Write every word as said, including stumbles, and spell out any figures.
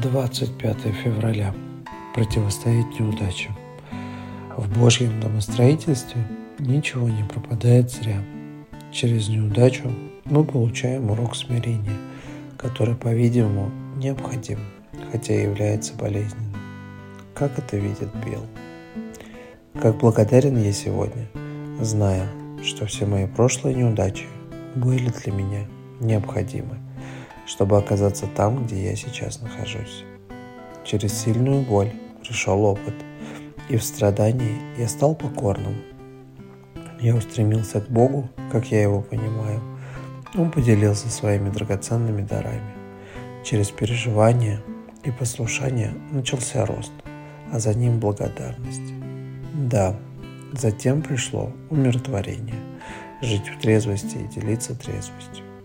двадцать пятое февраля. Противостоять неудачам. В Божьем домостроительстве ничего не пропадает зря. Через неудачу мы получаем урок смирения, который, по-видимому, необходим, хотя и является болезненным. Как это видит Билл? Как благодарен я сегодня, зная, что все мои прошлые неудачи были для меня необходимы, чтобы оказаться там, где я сейчас нахожусь. Через сильную боль пришел опыт, и в страдании я стал покорным. Я устремился к Богу, как я его понимаю. Он поделился своими драгоценными дарами. Через переживания и послушание начался рост, а за ним благодарность. Да, затем пришло умиротворение, жить в трезвости и делиться трезвостью.